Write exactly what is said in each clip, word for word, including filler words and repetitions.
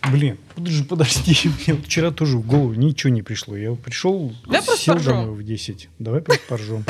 Блин, подожди, подожди. Мне вот вчера тоже в голову ничего не пришло. Я пришел, Да сел просто домой в десять. Давай просто поржем.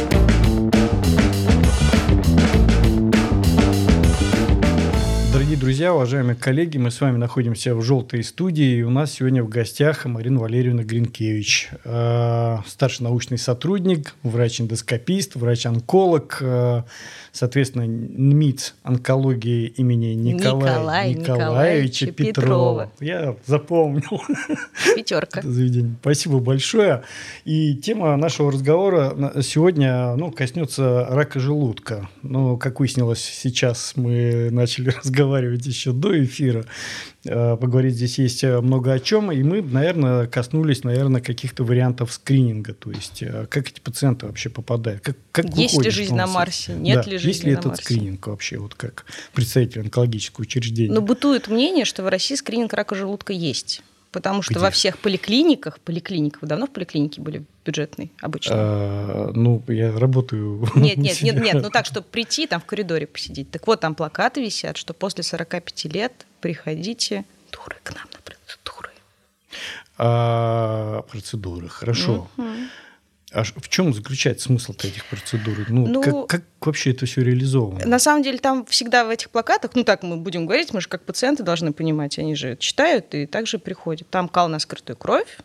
Дорогие друзья, уважаемые коллеги, мы с вами находимся в «Желтой студии». И у нас сегодня в гостях Марина Валерьевна Гринкевич, э, старший научный сотрудник, врач-эндоскопист, врач-онколог, э, соответственно, НМИЦ онкологии имени Николая Николая Николаевича Николаевича Петрова. Петрова. Я запомнил. Пятерка. Это заведение. Спасибо большое. И тема нашего разговора сегодня ну, коснется рака желудка. Но, как выяснилось, сейчас мы начали разговаривать еще до эфира. Поговорить здесь есть много о чем. И мы, наверное, коснулись, наверное, каких-то вариантов скрининга. То есть, как эти пациенты вообще попадают? Как, как есть выходит, ли жизнь на Марсе? Нет да, ли жизни есть ли на этот Марсе? скрининг вообще, вот как представитель онкологического учреждения? Но бытует мнение, что в России скрининг рака желудка есть. Потому что Где? во всех поликлиниках, поликлиниках, вы давно в поликлинике были бюджетной обычно? А, ну, я работаю. Нет, нет, нет, нет, ну так, чтобы прийти, там в коридоре посидеть. Так вот, там плакаты висят, что после сорока пяти лет приходите туры к нам на процедуры. А, процедуры, хорошо. Угу. А в чем заключается смысл этих процедур? Ну, Ну, как, как вообще это все реализовано? На самом деле там всегда в этих плакатах, ну так мы будем говорить, мы же как пациенты должны понимать, они же читают и также приходят. Там кал на скрытую кровь,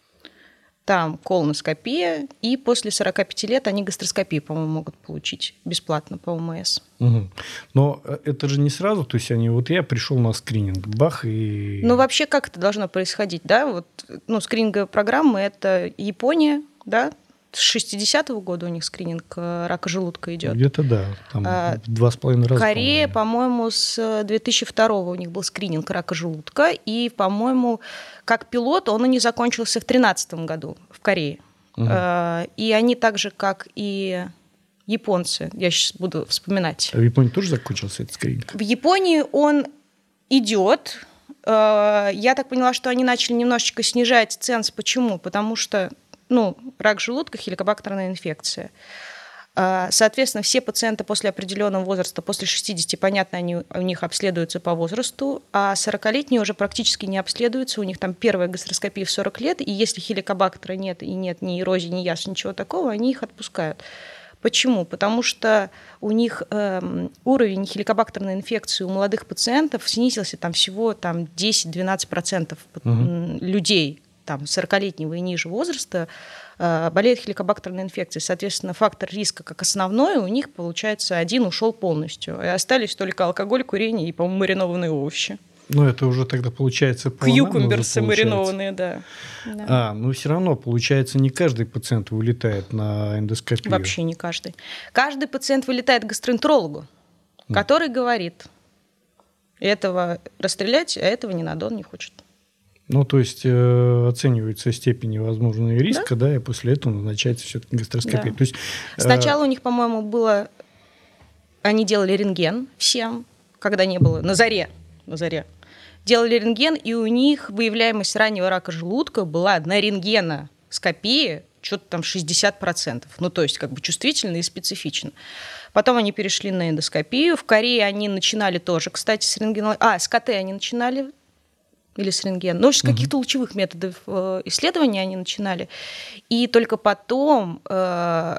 там колоноскопия, и после сорока пяти лет они гастроскопию, по-моему, могут получить бесплатно по ОМС. Угу. Но это же не сразу, то есть они, вот я пришел на скрининг, бах, и... Ну вообще как это должно происходить, да? Вот, ну, скрининговые программы – это Япония, да? С шестидесятого года у них скрининг рака желудка идет. Где-то да, там а, в два с половиной раза. Корея, по-моему, с две тысячи второго у них был скрининг рака желудка, и, по-моему, как пилот он и не закончился в две тысячи тринадцатом году в Корее. Угу. И они так же, как и японцы, я сейчас буду вспоминать. А в Японии тоже закончился этот скрининг? В Японии он идет. Я так поняла, что они начали немножечко снижать ценз. Почему? Потому что ну, рак желудка, хеликобактерная инфекция. Соответственно, все пациенты после определенного возраста, после шестидесяти, понятно, они, у них обследуются по возрасту, а сорокалетние уже практически не обследуются, у них там первая гастроскопия в сорок лет, и если хеликобактера нет, и нет ни эрозии, ни язв, ничего такого, они их отпускают. Почему? Потому что у них э, уровень хеликобактерной инфекции у молодых пациентов снизился там, всего там, десять-двенадцать процентов угу. людей, там, сорокалетнего и ниже возраста, э, болеют хеликобактерной инфекцией. Соответственно, фактор риска как основной у них, получается, один ушел полностью. И остались только алкоголь, курение и, по-моему, маринованные овощи. Ну, это уже тогда получается... Кьюкумберсы маринованные, да. да. А, ну все равно, получается, не каждый пациент вылетает на эндоскопию. Вообще не каждый. Каждый пациент вылетает к гастроэнтерологу, mm. который говорит, этого расстрелять, а этого не надо, он не хочет. Ну, то есть э, оценивается степень возможного риска, да? да, и после этого назначается все-таки гастроскопия. Да. То есть, э... Сначала у них, по-моему, было... Они делали рентген всем, когда не было... На заре. На заре. Делали рентген, и у них выявляемость раннего рака желудка была на рентгеноскопии что-то там шестьдесят процентов. Ну, то есть как бы чувствительно и специфично. Потом они перешли на эндоскопию. В Корее они начинали тоже, кстати, с рентгена... А, с КТ они начинали... Или с рентгена. Ну, с каких-то лучевых методов э, исследования они начинали. И только потом э,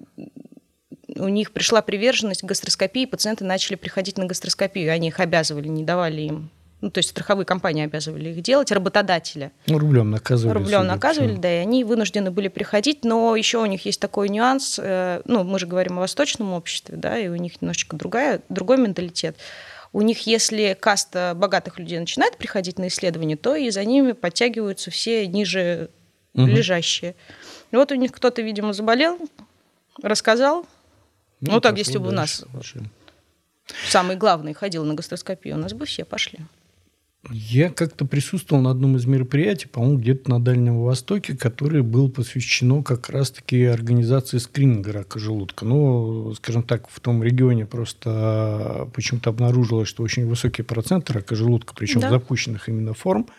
у них пришла приверженность к гастроскопии, пациенты начали приходить на гастроскопию. Они их обязывали, не давали им. Ну, то есть страховые компании обязывали их делать, работодателя. Ну, рублем наказывали. Рублем наказывали, да, и они вынуждены были приходить. Но еще у них есть такой нюанс. Э, ну, мы же говорим о восточном обществе, да, и у них немножечко другая, другой менталитет. У них, если каста богатых людей начинает приходить на исследования, то и за ними подтягиваются все ниже угу. лежащие. И вот у них кто-то, видимо, заболел, рассказал. Ну, ну так, если бы у нас дальше. Самый главный ходил на гастроскопию, у нас бы все пошли. Я как-то присутствовал на одном из мероприятий, по-моему, где-то на Дальнем Востоке, которое было посвящено как раз-таки организации скрининга рака желудка. Ну, скажем так, в том регионе просто почему-то обнаружилось, что очень высокий процент рака желудка, причем да. запущенных именно форм.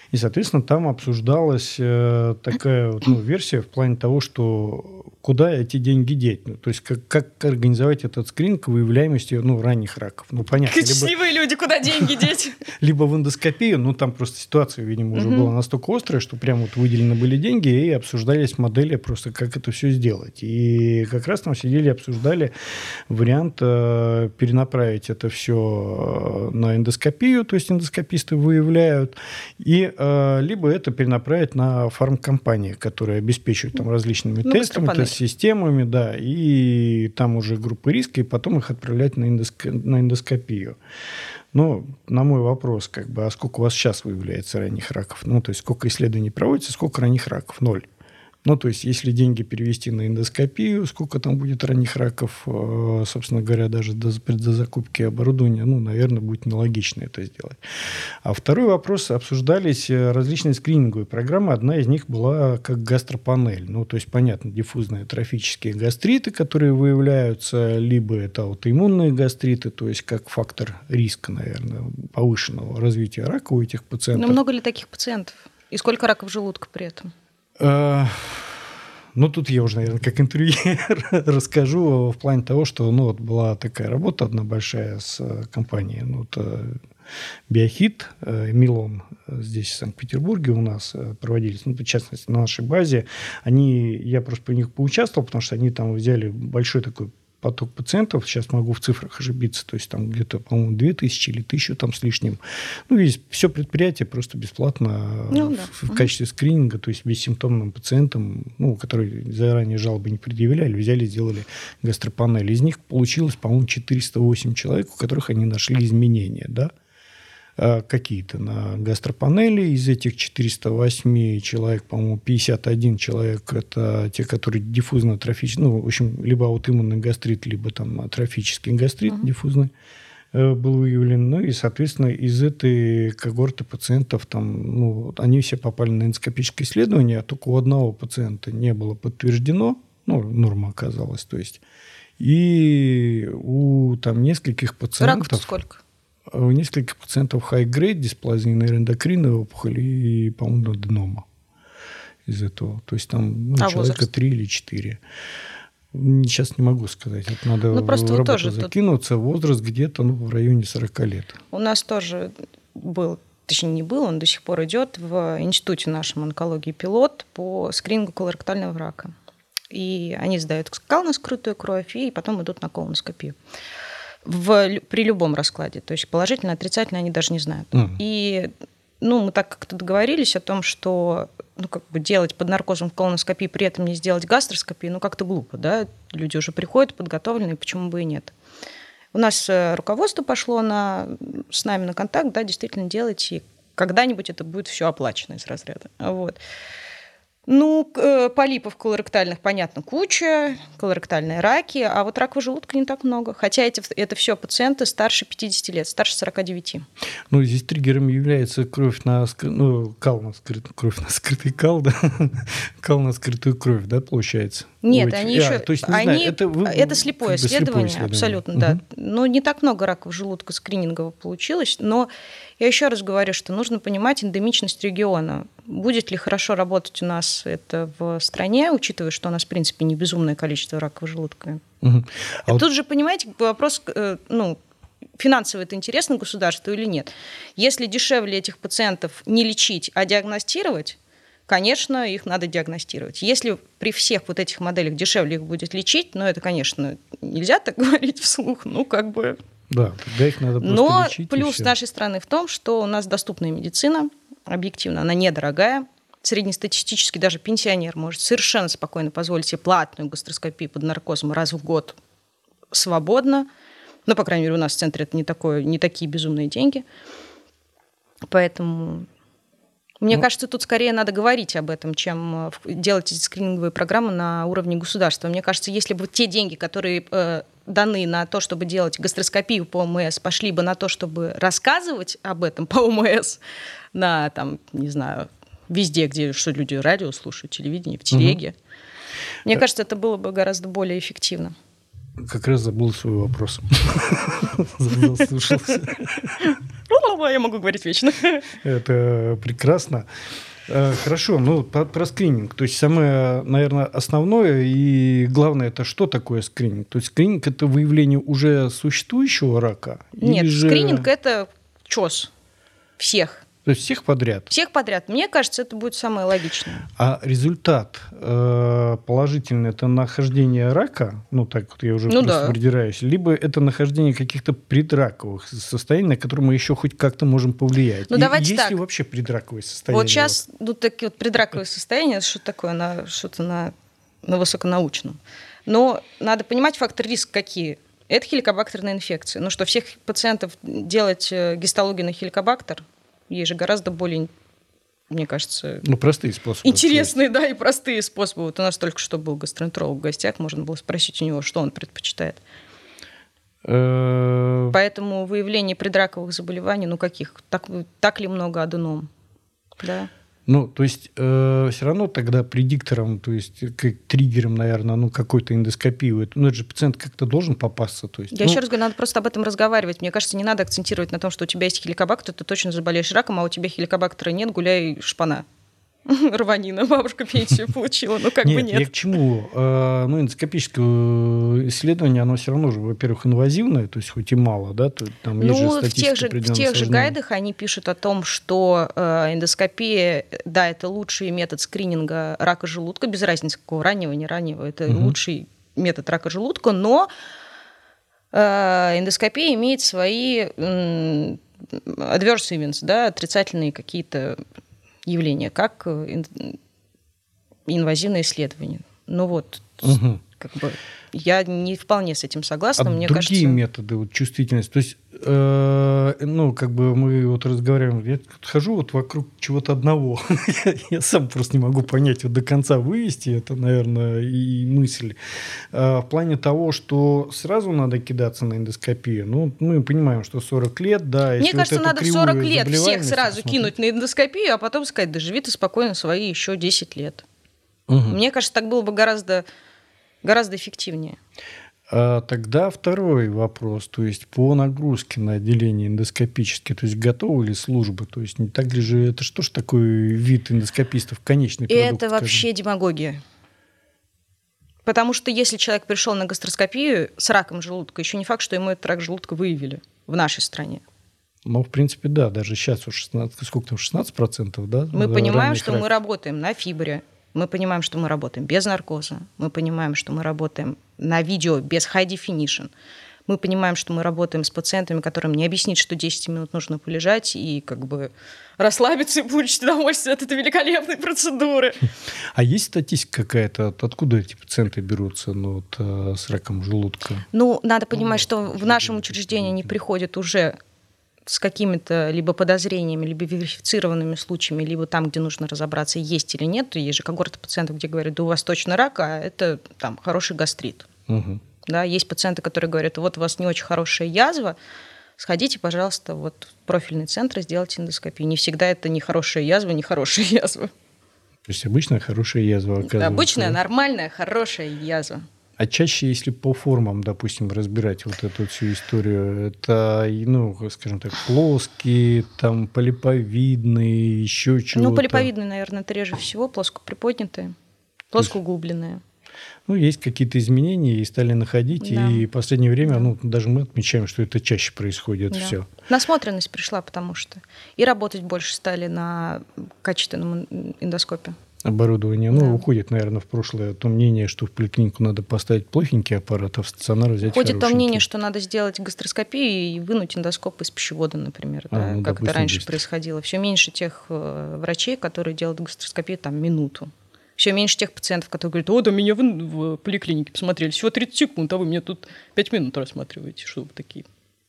И, соответственно, там обсуждалась э, такая вот, ну, версия в плане того, что куда эти деньги деть. Ну, то есть как, как организовать этот скрининг выявляемости, ну, ранних раков. Ну, понятно. Счастливые люди, куда деньги деть? Либо в эндоскопию, ну, там просто ситуация, видимо, уже была настолько острая, что прям вот выделены были деньги и обсуждались модели просто, как это все сделать. И как раз там сидели, обсуждали вариант э, перенаправить это все на эндоскопию, то есть эндоскописты выявляют, и э, либо это перенаправить на фармкомпании, которые обеспечивают там различными ну, тестами, тест-системами, да, и там уже группы риска, и потом их отправлять на, эндоск... на эндоскопию. Но на мой вопрос, как бы, а сколько у вас сейчас выявляется ранних раков? Ну, то есть, сколько исследований проводится, сколько ранних раков? Ноль. Ну, то есть, если деньги перевести на эндоскопию, сколько там будет ранних раков, собственно говоря, даже до, до закупки оборудования, ну, наверное, будет нелогично это сделать. А второй вопрос. Обсуждались различные скрининговые программы. Одна из них была как гастропанель. Ну, то есть, понятно, диффузные трофические гастриты, которые выявляются, либо это аутоиммунные гастриты, то есть, как фактор риска, наверное, повышенного развития рака у этих пациентов. Но много ли таких пациентов? И сколько раков желудка при этом? Ну, тут я уже, наверное, как интервьюер расскажу в плане того, что ну, вот была такая работа одна большая с компанией ну, вот, Биохит, Милон здесь, в Санкт-Петербурге у нас проводились, ну, в частности, на нашей базе. Они, я просто по них поучаствовал, потому что они там взяли большой такой поток пациентов, сейчас могу в цифрах ошибиться, то есть там где-то, по-моему, две тысячи или тысячу там с лишним. Ну, весь, все предприятие просто бесплатно ну, да. в, в качестве скрининга, то есть бессимптомным пациентам, ну, которые заранее жалобы не предъявляли, взяли, сделали гастропанель. Из них получилось, по-моему, четыреста восемь человек, у которых они нашли изменения, да, какие-то на гастропанели. Из этих четырёхсот восьми человек, по-моему, пятьдесят один человек – это те, которые диффузно-атрофический, ну, в общем, либо аутоиммунный гастрит, либо там атрофический гастрит uh-huh. диффузный был выявлен. Ну и, соответственно, из этой когорты пациентов, там, ну, они все попали на эндоскопическое исследование, а только у одного пациента не было подтверждено, ну, норма оказалась, то есть, и у там нескольких пациентов… Раков сколько? У нескольких пациентов high-grade дисплазии нейроэндокринной опухоли и, по-моему, аденома из этого. То есть там ну, а человека возраст? три или четыре. Сейчас не могу сказать. Это надо ну, в работу тоже закинуться. Тут... Возраст где-то ну, в районе сорока лет. У нас тоже был, точнее не был, он до сих пор идет в институте нашем онкологии пилот по скринингу колоректального рака. И они сдают кал на скрытую кровь и потом идут на колоноскопию. В, при любом раскладе. То есть положительно, отрицательно они даже не знают. Mm. И ну, мы так как-то договорились о том, что ну, как бы делать под наркозом колоноскопию, при этом не сделать гастроскопию, ну как-то глупо. Да? Люди уже приходят подготовленные, почему бы и нет. У нас руководство пошло на, с нами на контакт, да, действительно делать, и когда-нибудь это будет все оплачено из разряда. Вот. Ну, полипов колоректальных, понятно, куча, колоректальные раки, а вот ракового желудка не так много. Хотя эти, это все пациенты старше пятидесяти лет, старше сорока девяти. Ну, здесь триггером является кровь на, ну, кал на скрытую, кровь на скрытый кал, да? Кал на скрытую кровь, да, получается? Нет, они а, еще... То есть, не они, знаю, это, вы, это слепое исследование, слепое исследование, абсолютно, угу. да. Ну, не так много раков желудка скринингового получилось, но я еще раз говорю, что нужно понимать эндемичность региона. Будет ли хорошо работать у нас это в стране, учитывая, что у нас, в принципе, не безумное количество раков желудка. Угу. А тут вот... же, понимаете, вопрос, ну, финансово это интересно государству или нет. Если дешевле этих пациентов не лечить, а диагностировать, конечно, их надо диагностировать. Если при всех вот этих моделях дешевле их будет лечить, ну, это, конечно, нельзя так говорить вслух, ну, как бы... Да, тогда их надо просто Но лечить. Но плюс нашей страны в том, что у нас доступная медицина, объективно, она недорогая. Среднестатистически даже пенсионер может совершенно спокойно позволить себе платную гастроскопию под наркозом раз в год свободно. Ну, по крайней мере, у нас в центре это не, такое, не такие безумные деньги. Поэтому, мне ну, кажется, тут скорее надо говорить об этом, чем делать эти скрининговые программы на уровне государства. Мне кажется, если бы те деньги, которые э, даны на то, чтобы делать гастроскопию по ОМС, пошли бы на то, чтобы рассказывать об этом по ОМС, на, там, не знаю, везде, где что люди радио слушают, телевидение, в телеге. Угу. Мне кажется, это было бы гораздо более эффективно. Как раз забыл свой вопрос. Заслушался. Я могу говорить вечно. Это прекрасно. Хорошо, ну про скрининг. То есть самое, наверное, основное и главное, это что такое скрининг? То есть скрининг – это выявление уже существующего рака? Нет, же... скрининг – это ЧОС всех. То есть всех подряд? Всех подряд. Мне кажется, это будет самое логичное. А результат э, положительный – это нахождение рака? Ну, так вот я уже ну, просто да. придираюсь. Либо это нахождение каких-то предраковых состояний, на которые мы еще хоть как-то можем повлиять. Ну, И, давайте есть так. ли вообще предраковые состояния? Вот сейчас, ну, такие вот предраковые состояния, что такое, на, что-то на, на высоконаучном. Но надо понимать факторы риска какие. Это хеликобактерная инфекция. Ну, что всех пациентов делать гистологию на хеликобактер – есть же гораздо более, мне кажется, ну, простые способы. Интересные, да, и простые способы. Вот у нас только что был гастроэнтеролог в гостях, можно было спросить у него, что он предпочитает. Поэтому выявление предраковых заболеваний, ну каких? Так, так ли много аденом? Да. Ну, то есть э, все равно тогда предиктором, то есть как триггером, наверное, ну какой-то эндоскопии, ну это же пациент как-то должен попасться. То есть, Я ну... еще раз говорю, надо просто об этом разговаривать. Мне кажется, не надо акцентировать на том, что у тебя есть хеликобактер, ты точно заболеешь раком, а у тебя хеликобактера нет, гуляй шпана. Рванина, бабушка пенсию получила, ну как нет, бы нет. Я к чему? Ну, эндоскопическое исследование, оно все равно же, во-первых, инвазивное, то есть хоть и мало, да? Там ну, есть же в тех же, в тех же гайдах они пишут о том, что эндоскопия, да, это лучший метод скрининга рака желудка, без разницы какого, раннего, не раннего, это угу. лучший метод рака желудка, но эндоскопия имеет свои adverse events, да, отрицательные какие-то явления, как инвазивное исследование. Ну вот, угу. как бы я не вполне с этим согласна. А Мне другие кажется... методы вот, чувствительности? То есть, э, ну, как бы мы вот разговариваем, я хожу вот вокруг чего-то одного. я, я сам просто не могу понять, вот до конца вывести это, наверное, и мысль. А, в плане того, что сразу надо кидаться на эндоскопию. Ну, мы понимаем, что сорок лет, да. Мне кажется, вот надо в сорок лет всех сразу посмотреть. кинуть на эндоскопию, а потом сказать, да живи ты спокойно свои еще десять лет. Угу. Мне кажется, так было бы гораздо... гораздо эффективнее. А тогда второй вопрос, то есть по нагрузке на отделение эндоскопические, то есть готовы ли службы, то есть не так ли же, это что ж такой вид эндоскопистов, конечный продукт? Это вообще демагогия. Потому что если человек пришел на гастроскопию с раком желудка, еще не факт, что ему этот рак желудка выявили в нашей стране. Ну, в принципе, да, даже сейчас шестнадцать, сколько там, шестнадцать процентов, да? Мы понимаем, что рак. Мы работаем на фибре. Мы понимаем, что мы работаем без наркоза. Мы понимаем, что мы работаем на видео без high definition. Мы понимаем, что мы работаем с пациентами, которым не объяснить, что десять минут нужно полежать и как бы расслабиться и получить удовольствие от этой великолепной процедуры. А есть статистика какая-то, откуда эти пациенты берутся, ну, вот, с раком желудка? Ну, надо понимать, что в нашем учреждении они приходят уже с какими-то либо подозрениями, либо верифицированными случаями, либо там, где нужно разобраться, есть или нет. Есть же когорта пациентов, где говорят, да у вас точно рак, а это там хороший гастрит. Угу. Да, есть пациенты, которые говорят, вот у вас не очень хорошая язва, сходите, пожалуйста, вот в профильный центр и сделайте эндоскопию. Не всегда это не хорошая язва, не хорошая язва. То есть обычная хорошая язва, оказывается. Обычная, нормальная, хорошая язва. А чаще, если по формам, допустим, разбирать вот эту всю историю, это, ну, скажем так, плоские, там, полиповидные, еще чего-то. Ну, полиповидные, наверное, это реже всего, плоскоприподнятые, плоскоуглубленные. Ну, есть какие-то изменения, и стали находить, да. И в последнее время, да. ну, даже мы отмечаем, что это чаще происходит, да. Все. Насмотренность пришла, потому что и работать больше стали на качественном эндоскопе. Оборудование. Да. Ну, уходит, наверное, в прошлое то мнение, что в поликлинику надо поставить плохенький аппарат, а в стационар взять Уходит хорошенький. то мнение, что надо сделать гастроскопию и вынуть эндоскоп из пищевода, например, а, да, ну, как допустим, это раньше есть. Происходило. Все меньше тех э, врачей, которые делают гастроскопию там минуту. Все меньше тех пациентов, которые говорят, о, да меня вы в поликлинике посмотрели всего тридцать секунд, а вы меня тут пять минут рассматриваете, что вы такие.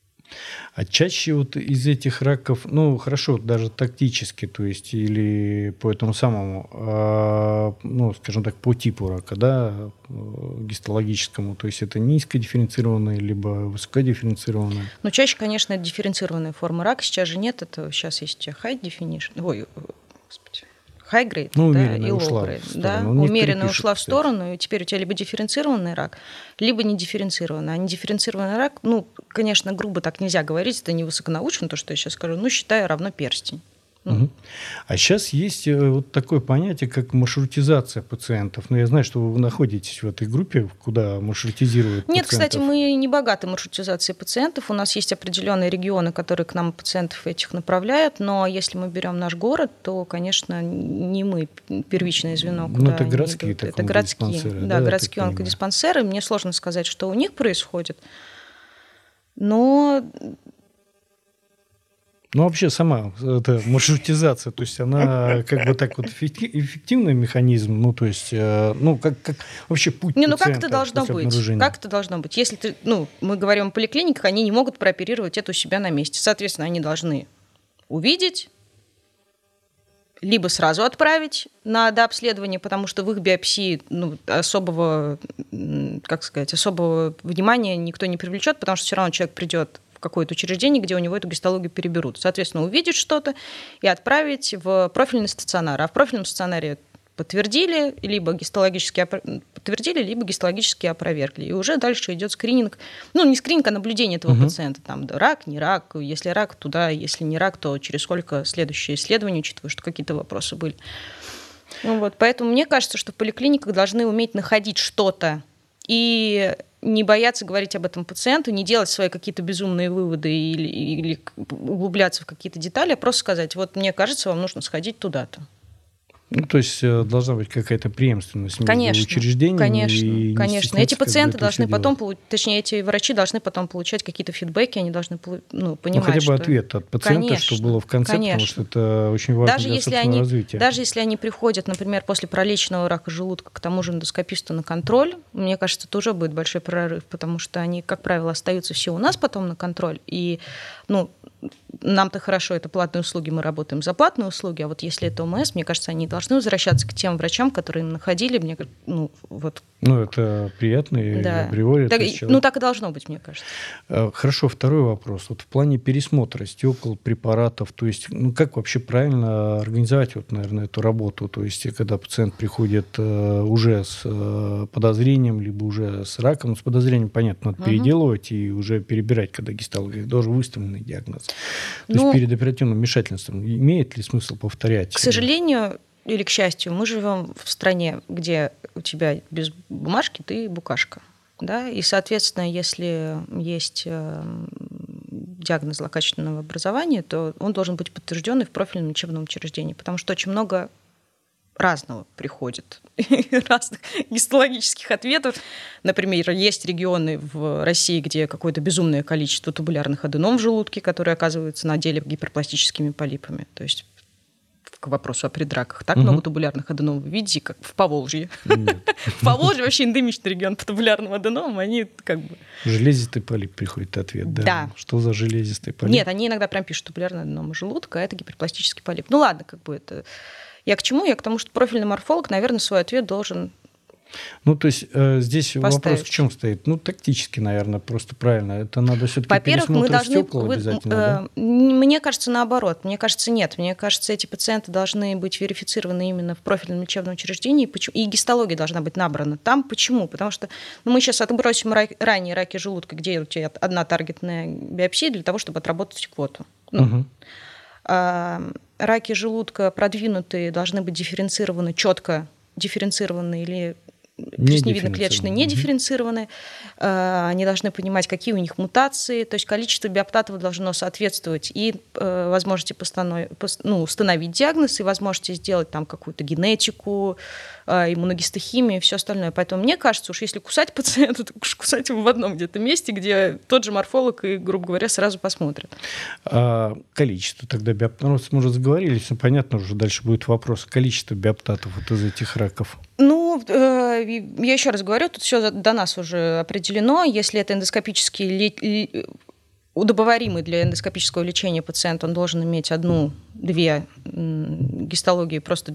А чаще вот из этих раков, ну, хорошо, даже тактически, то есть, или по этому самому, э, ну, скажем так, по типу рака, да, гистологическому, то есть это низкодифференцированное, либо высокодифференцированное? Ну, чаще, конечно, это дифференцированная форма рака, сейчас же нет, это сейчас есть high definition, ой, господи, high-grade, ну, да, и low-grade. Да? Умеренно ушла в сторону, и теперь у тебя либо дифференцированный рак, либо недифференцированный. А недифференцированный рак, ну, конечно, грубо так нельзя говорить, это не высоконаучно, то, что я сейчас скажу, ну, считаю, равно перстень. Угу. А сейчас есть вот такое понятие, как маршрутизация пациентов. Но я знаю, что вы находитесь в этой группе, куда маршрутизируют Нет, пациентов. кстати, мы не богаты маршрутизацией пациентов. У нас есть определенные регионы, которые к нам пациентов этих направляют. Но если мы берем наш город, то, конечно, не мы первичное звено, куда ну, это они городские, идут. Это городские, да, да, городские онкодиспансеры. Мне сложно сказать, что у них происходит. Но... Ну, вообще сама эта маршрутизация, то есть она как бы так вот эффективный механизм, ну, то есть, ну, как, как вообще путь не, ну, пациента как это должно быть? обнаружения? Как это должно быть? Если ты, ну, мы говорим о поликлиниках, они не могут прооперировать это у себя на месте. Соответственно, они должны увидеть, либо сразу отправить на дообследование, потому что в их биопсии ну, особого, как сказать, особого внимания никто не привлечет, потому что все равно человек придет в какое-то учреждение, где у него эту гистологию переберут. Соответственно, увидеть что-то и отправить в профильный стационар. А в профильном стационаре подтвердили, либо гистологически подтвердили, либо гистологически опровергли. И уже дальше идет скрининг, ну, не скрининг, а наблюдение этого угу. пациента. Там рак, не рак, если рак, туда, если не рак, то через сколько следующее исследование, учитывая, что какие-то вопросы были. Ну, вот, поэтому мне кажется, что в поликлиниках должны уметь находить что-то и не бояться говорить об этом пациенту, не делать свои какие-то безумные выводы или, или углубляться в какие-то детали, а просто сказать, вот мне кажется, вам нужно сходить туда-то. Ну, то есть должна быть какая-то преемственность между конечно, учреждениями. Конечно, и конечно. Эти пациенты должны потом, делать. точнее, эти врачи должны потом получать какие-то фидбэки, они должны ну, понимать, ну, хотя бы что... ответ от пациента, конечно, что было в конце, конечно. потому что это очень важно даже для если собственного они, развития. Даже если они приходят, например, после пролеченного рака желудка к тому же эндоскописту на контроль, мне кажется, это уже будет большой прорыв, потому что они, как правило, остаются все у нас потом на контроль, и, ну, нам-то хорошо, это платные услуги, мы работаем за платные услуги, а вот если это ОМС, мне кажется, они должны возвращаться к тем врачам, которые находили, мне, ну, вот. Ну, это приятно, и да. априори. Так, человек... Ну, так и должно быть, мне кажется. Хорошо, второй вопрос. Вот в плане пересмотра стекол, препаратов, то есть, ну, как вообще правильно организовать, вот, наверное, эту работу? То есть, когда пациент приходит уже с подозрением, либо уже с раком, с подозрением, понятно, надо угу. переделывать и уже перебирать, когда гистология, должен выставленный диагноз. То ну, есть, перед оперативным вмешательством имеет ли смысл повторять? К сожалению, или к счастью, мы живем в стране, где у тебя без бумажки ты букашка. Да? И, соответственно, если есть диагноз злокачественного образования, то он должен быть подтвержден и в профильном лечебном учреждении, потому что очень много разного приходит, разных гистологических ответов. Например, есть регионы в России, где какое-то безумное количество тубулярных аденом в желудке, которые оказываются на деле гиперпластическими полипами. То есть к вопросу о предраках. Так угу. много тубулярных аденом вы видите, как в Поволжье. В Поволжье вообще эндемичный регион по тубулярным аденомам. Они как бы... Железистый полип приходит ответ, да? Да. Что за железистый полип? Нет, они иногда прям пишут тубулярный аденома желудка, а это гиперпластический полип. Ну ладно, как бы это... Я к чему? Я к тому, что профильный морфолог, наверное, свой ответ должен... Ну, то есть э, здесь поставить. Вопрос в чем стоит? Ну, тактически, наверное, просто правильно. Это надо все-таки Во-первых, мы должны... стекол Вы, обязательно, э, да? Мне кажется, наоборот. Мне кажется, нет. Мне кажется, эти пациенты должны быть верифицированы именно в профильном лечебном учреждении, и гистология должна быть набрана там. Почему? Потому что ну, мы сейчас отбросим рак, ранние раки желудка, где у тебя одна таргетная биопсия, для того, чтобы отработать квоту. Ну, угу. а, раки желудка продвинутые должны быть дифференцированы, четко дифференцированы или... Плесневидно-клеточные не дифференцированы, они должны понимать, какие у них мутации, то есть количество биоптатов должно соответствовать и возможности постанов... ну, установить диагноз, и возможности сделать там какую-то генетику, иммуногистохимию и все остальное. Поэтому мне кажется, уж если кусать пациента, то уж кусать его в одном где-то месте, где тот же морфолог и, грубо говоря, сразу посмотрит. А количество тогда биоптатов, мы уже заговорили, все понятно, уже дальше будет вопрос. Количество биоптатов вот из этих раков. Ну, я еще раз говорю, тут все до нас уже определено. Если это эндоскопический, удобоваримый для эндоскопического лечения пациент, он должен иметь одну-две гистологии, просто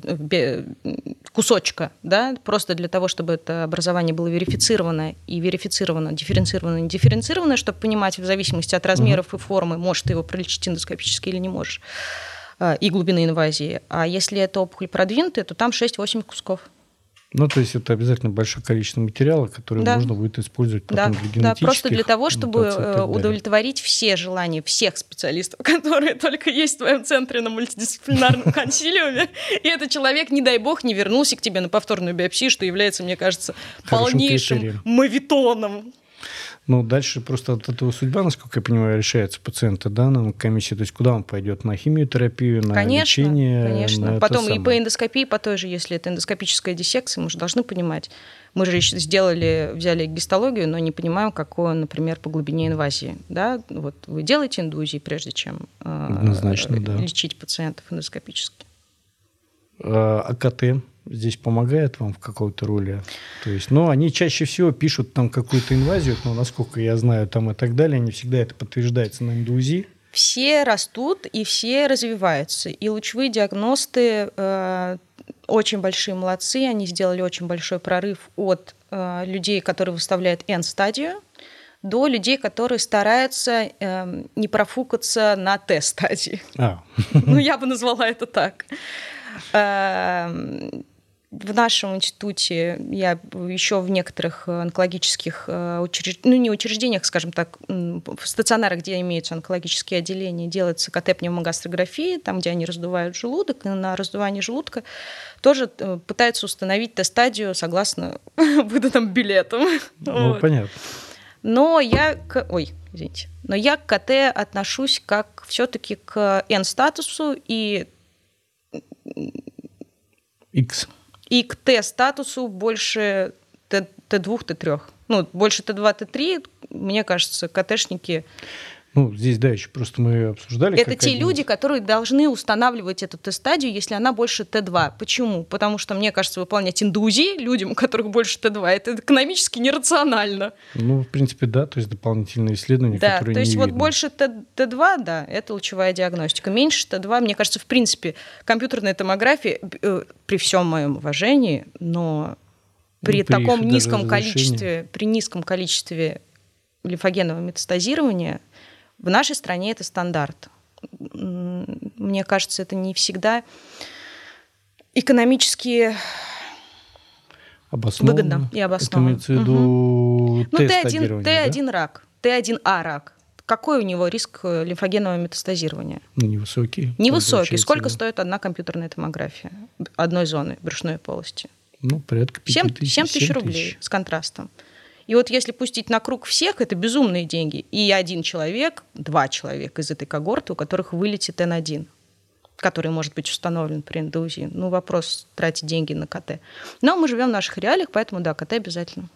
кусочка, да, просто для того, чтобы это образование было верифицировано и верифицировано, дифференцировано и не дифференцировано, чтобы понимать в зависимости от размеров и формы, можешь ты его пролечить эндоскопически или не можешь. и глубины инвазии. А если это опухоль продвинутая, то там шесть-восемь кусков. Ну, то есть это обязательно большое количество материала, которое да. можно будет использовать потом да. для генетических. Да, просто для того, чтобы удовлетворить все желания всех специалистов, которые только есть в твоем центре на мультидисциплинарном консилиуме. И этот человек, не дай бог, не вернулся к тебе на повторную биопсию, что является, мне кажется, полнейшим моветоном. Ну, дальше просто от этого судьба, насколько я понимаю, решается пациента, да, на комиссии. То есть куда он пойдет? На химиотерапию, на конечно, лечение? Конечно, на потом и по эндоскопии, по той же, если это эндоскопическая диссекция, мы же должны понимать. Мы же сделали, взяли гистологию, но не понимаем, какое, например, по глубине инвазии. Да? Вот вы делаете эндоузии, прежде чем Однозначно, да. лечить пациентов эндоскопически. А АКТ здесь помогает вам в какой-то роли? То есть, ну, они чаще всего пишут там какую-то инвазию, но, насколько я знаю, там и так далее, не всегда это подтверждается на эндоузии. Все растут и все развиваются. И лучевые диагносты э, очень большие молодцы, они сделали очень большой прорыв от э, людей, которые выставляют N-стадию, до людей, которые стараются э, не профукаться на Т-стадии. А. Ну, я бы назвала это так. В нашем институте, я еще в некоторых онкологических учреждениях, ну не учреждениях, скажем так, в стационарах, где имеются онкологические отделения, делается КТ-пневмогастрография, там, где они раздувают желудок, и на раздувание желудка тоже пытаются установить Т-стадию согласно выданным билетам. Ну, вот. Понятно. Но я... Ой, извините. Но я к КТ отношусь как все-таки к N-статусу и... X. И к Т-статусу больше Т два, Т три. Ну, больше Т два, Т три, мне кажется, КТшники... Ну, здесь, да, еще просто мы обсуждали... Это те один... люди, которые должны устанавливать эту Т-стадию, если она больше Т два. Почему? Потому что, мне кажется, выполнять эндоузии людям, у которых больше Т два, это экономически нерационально. Ну, в принципе, да, то есть дополнительные исследования, да, которые не видно. Да, то есть вот видно. Больше Т два, да, это лучевая диагностика. Меньше Т два, мне кажется, в принципе, компьютерная томография, при всем моем уважении, но при, ну, при таком низком количестве, при низком количестве лимфогенного метастазирования в нашей стране это стандарт. Мне кажется, это не всегда экономически выгодно и обоснованно. Это имеется в виду угу. Ну, Т один, Т один да? рак, Т один А рак. Какой у него риск лимфогенного метастазирования? Невысокий. Невысокий. Сколько да. стоит одна компьютерная томография одной зоны брюшной полости? Ну, порядка пяти тысяч. семь тысяч рублей с контрастом. И вот если пустить на круг всех, это безумные деньги. И один человек, два человека из этой когорты, у которых вылетит Н один, который может быть установлен при эндоузии. Ну, вопрос тратить деньги на КТ. Но мы живем в наших реалиях, поэтому, да, КТ обязательно.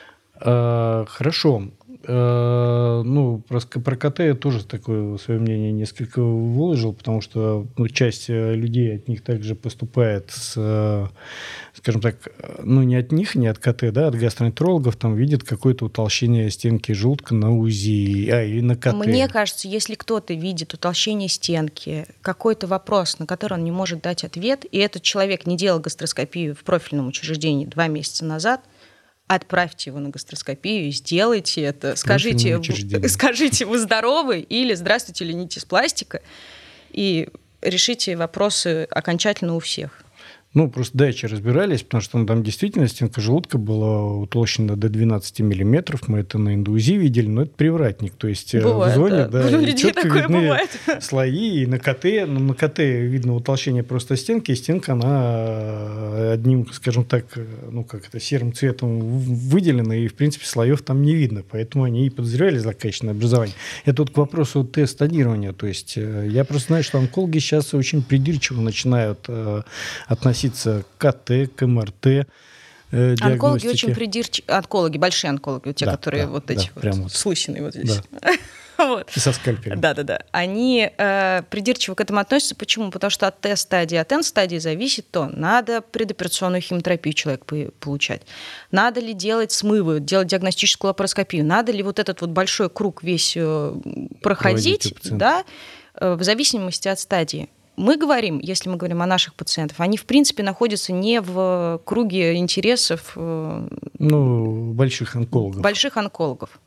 А, хорошо. А, ну, про, про КТ я тоже такое свое мнение несколько выложил, потому что ну, часть людей от них также поступает с, скажем так, ну, не от них, не от КТ, да, от гастроэнтерологов, там видят какое-то утолщение стенки желудка на УЗИ, а, или на КТ. Мне кажется, если кто-то видит утолщение стенки, какой-то вопрос, на который он не может дать ответ, и этот человек не делал гастроскопию в профильном учреждении два месяца назад, отправьте его на гастроскопию, сделайте это, скажите, скажите, вы здоровы, или здравствуйте, ленитесь пластика, и решите вопросы окончательно у всех. Ну, просто дальше разбирались, потому что ну, там действительно стенка желудка была утолщена до двенадцати миллиметров. Мы это на эндоузии видели, но это привратник. То есть бывает, в зоне да. Да, четко видны бывает. Слои. И на КТ, ну, на КТ видно утолщение просто стенки, и стенка, она одним, скажем так, ну, как это, серым цветом выделена, и, в принципе, слоев там не видно. Поэтому они и подозревали злокачественное образование. Это вот к вопросу Т-стадирования. То есть я просто знаю, что онкологи сейчас очень придирчиво начинают э, относиться к КТ, к МРТ, э, диагностике. Онкологи очень придирчивы, онкологи, большие онкологи, те, да, которые да, вот да, эти вот, вот слысенные вот здесь. Да. Вот. И со скальпелем. Да-да-да. Они э, придирчиво к этому относятся. Почему? Потому что от Т-стадии, от Н-стадии зависит то, надо предоперационную химиотерапию человек получать, надо ли делать смывы, делать диагностическую лапароскопию, надо ли вот этот вот большой круг весь проходить, да, в зависимости от стадии. Мы говорим, если мы говорим о наших пациентах, они, в принципе, находятся не в круге интересов... Ну, больших онкологов. Больших онкологов.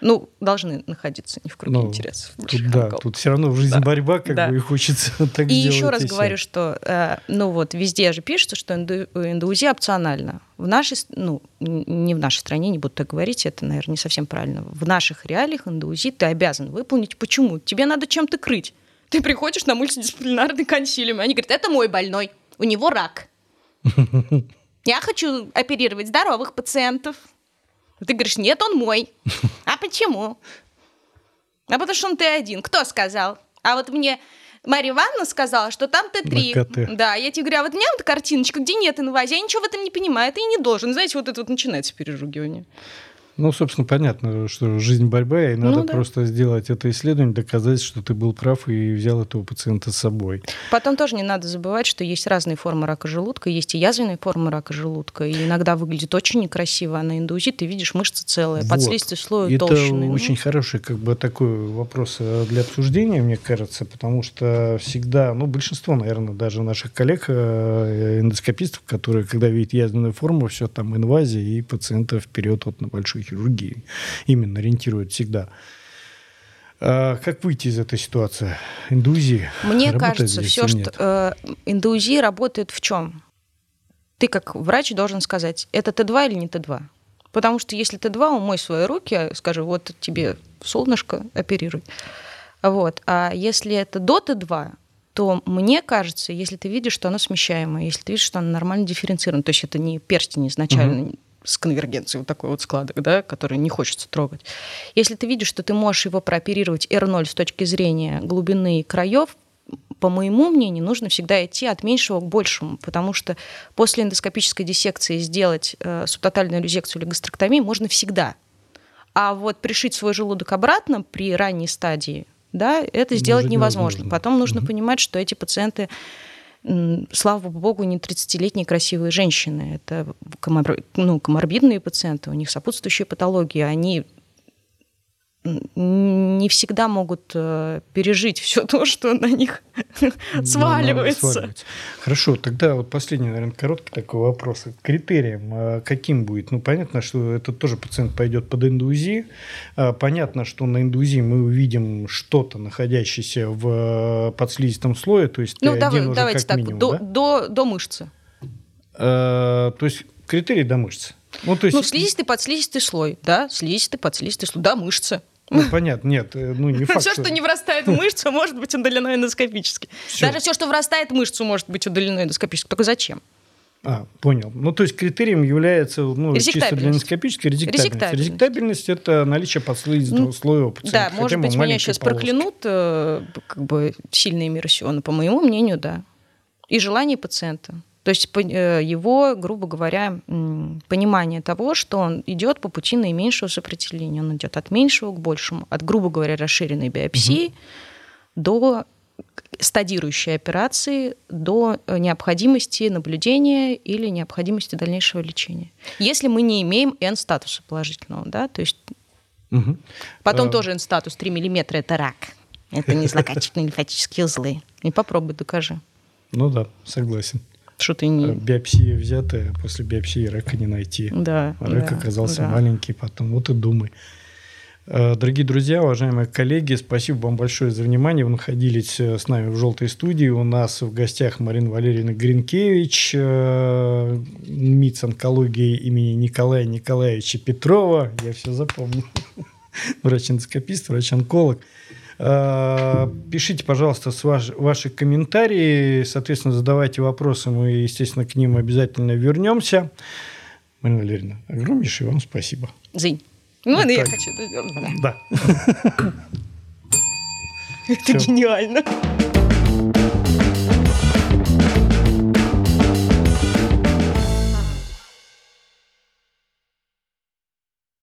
Ну, должны находиться не в круге Ну, интересов. Тут, да, тут все равно в жизни да. борьба, как да. бы, и хочется так и сделать. Еще раз и говорю, все. что, э, ну вот, везде же пишется, что энду, эндоузия опциональна. В нашей, ну, не в нашей стране, не буду так говорить, это, наверное, не совсем правильно. В наших реалиях эндоузию ты обязан выполнить. Почему? Тебе надо чем-то крыть. Ты приходишь на мультидисциплинарный консилиум, и они говорят, это мой больной, у него рак. Я хочу оперировать здоровых пациентов. Ты говоришь, нет, он мой. А почему? А потому что он Т один. Кто сказал? А вот мне Марья Ивановна сказала, что там Т три. Да, я тебе говорю, а вот у меня вот картиночка, где нет инвазии, я ничего в этом не понимаю, ты и не должен. Знаете, вот это вот начинается переругивание. Ну, собственно, понятно, что жизнь борьба, и надо ну, да. просто сделать это исследование, доказать, что ты был прав и взял этого пациента с собой. Потом тоже не надо забывать, что есть разные формы рака желудка, есть и язвенные формы рака желудка, и иногда выглядит очень некрасиво, а на эндоузии ты видишь мышцы целые, вот. Подслизистый слой толщины. Это очень ну. хороший как бы такой вопрос для обсуждения, мне кажется, потому что всегда, ну, большинство, наверное, даже наших коллег, эндоскопистов, которые, когда видят язвенную форму, все там инвазия, и пациента вперед вот на большую хирургии именно ориентируют всегда. А как выйти из этой ситуации? Эндоузия Мне кажется, все, что э, эндоузия работает в чем? Ты как врач должен сказать, это Т два или не Т два. Потому что если Т два, умой свои руки, скажи, вот тебе солнышко, оперируй. Вот. А если это до Т два, то мне кажется, если ты видишь, что оно смещаемое, если ты видишь, что оно нормально дифференцировано, то есть это не перстень изначально, угу. с конвергенцией вот такой вот складок, да, который не хочется трогать. Если ты видишь, что ты можешь его прооперировать эр ноль с точки зрения глубины и краев, по моему мнению, нужно всегда идти от меньшего к большему, потому что после эндоскопической диссекции сделать э, субтотальную резекцию или гастректомию можно всегда. А вот пришить свой желудок обратно при ранней стадии, да, это сделать невозможно. невозможно. Потом нужно угу. понимать, что эти пациенты, слава богу, не тридцатилетние красивые женщины. Это комор... ну, коморбидные пациенты, у них сопутствующие патологии. Они не всегда могут пережить все то, что на них сваливается. Хорошо, тогда вот последний, наверное, короткий такой вопрос. Критерием каким будет? Ну, понятно, что это тоже пациент пойдет под эндоузию. Понятно, что на эндоузии мы увидим что-то, находящееся в подслизистом слое, то есть ну, давай, давайте как так, минимум, до, да? до, до мышцы. А, то есть критерий до мышцы. Ну, то есть... ну слизистый, подслизистый слой, да, слизистый, подслизистый слой, да, мышцы. Ну, понятно, нет, ну не факт. Все, что не врастает в мышцу, может быть удалено эндоскопически. Все. Даже все, что врастает в мышцу, может быть удалено эндоскопически. Только зачем? А, понял. Ну, то есть критерием является ну, чисто для эндоскопической резектабельность. Резектабельность. Резектабельность – это наличие подслизистого ну, слоя у пациента. Да, может быть, меня сейчас полоски. проклянут как бы сильные миросионы. По моему мнению, да. И желание пациента. То есть его, грубо говоря, понимание того, что он идет по пути наименьшего сопротивления. Он идет от меньшего к большему, от, грубо говоря, расширенной биопсии угу. до стадирующей операции, до необходимости наблюдения или необходимости дальнейшего лечения. Если мы не имеем Н-статуса положительного, да, то есть угу. потом а... тоже Н-статус три миллиметра – это рак. Это не злокачественные лимфатические узлы. И попробуй, докажи. Ну да, согласен. Что ты не... Биопсия взятая, после биопсии рака не найти. Да, рак да, оказался да. маленький, потом вот и думай. Дорогие друзья, уважаемые коллеги, спасибо вам большое за внимание. Вы находились с нами в «Желтой студии». У нас в гостях Марина Валерьевна Гринкевич, МИЦ онкологии имени Николая Николаевича Петрова. Я все запомнил. Врач-эндоскопист, врач-онколог. Пишите, пожалуйста, ваши комментарии, соответственно, задавайте вопросы, мы, естественно, к ним обязательно вернемся. Марина Валерьевна, огромнейшее вам спасибо. Зинь. Ну, вот я хочу это сделать. Да. Это гениально.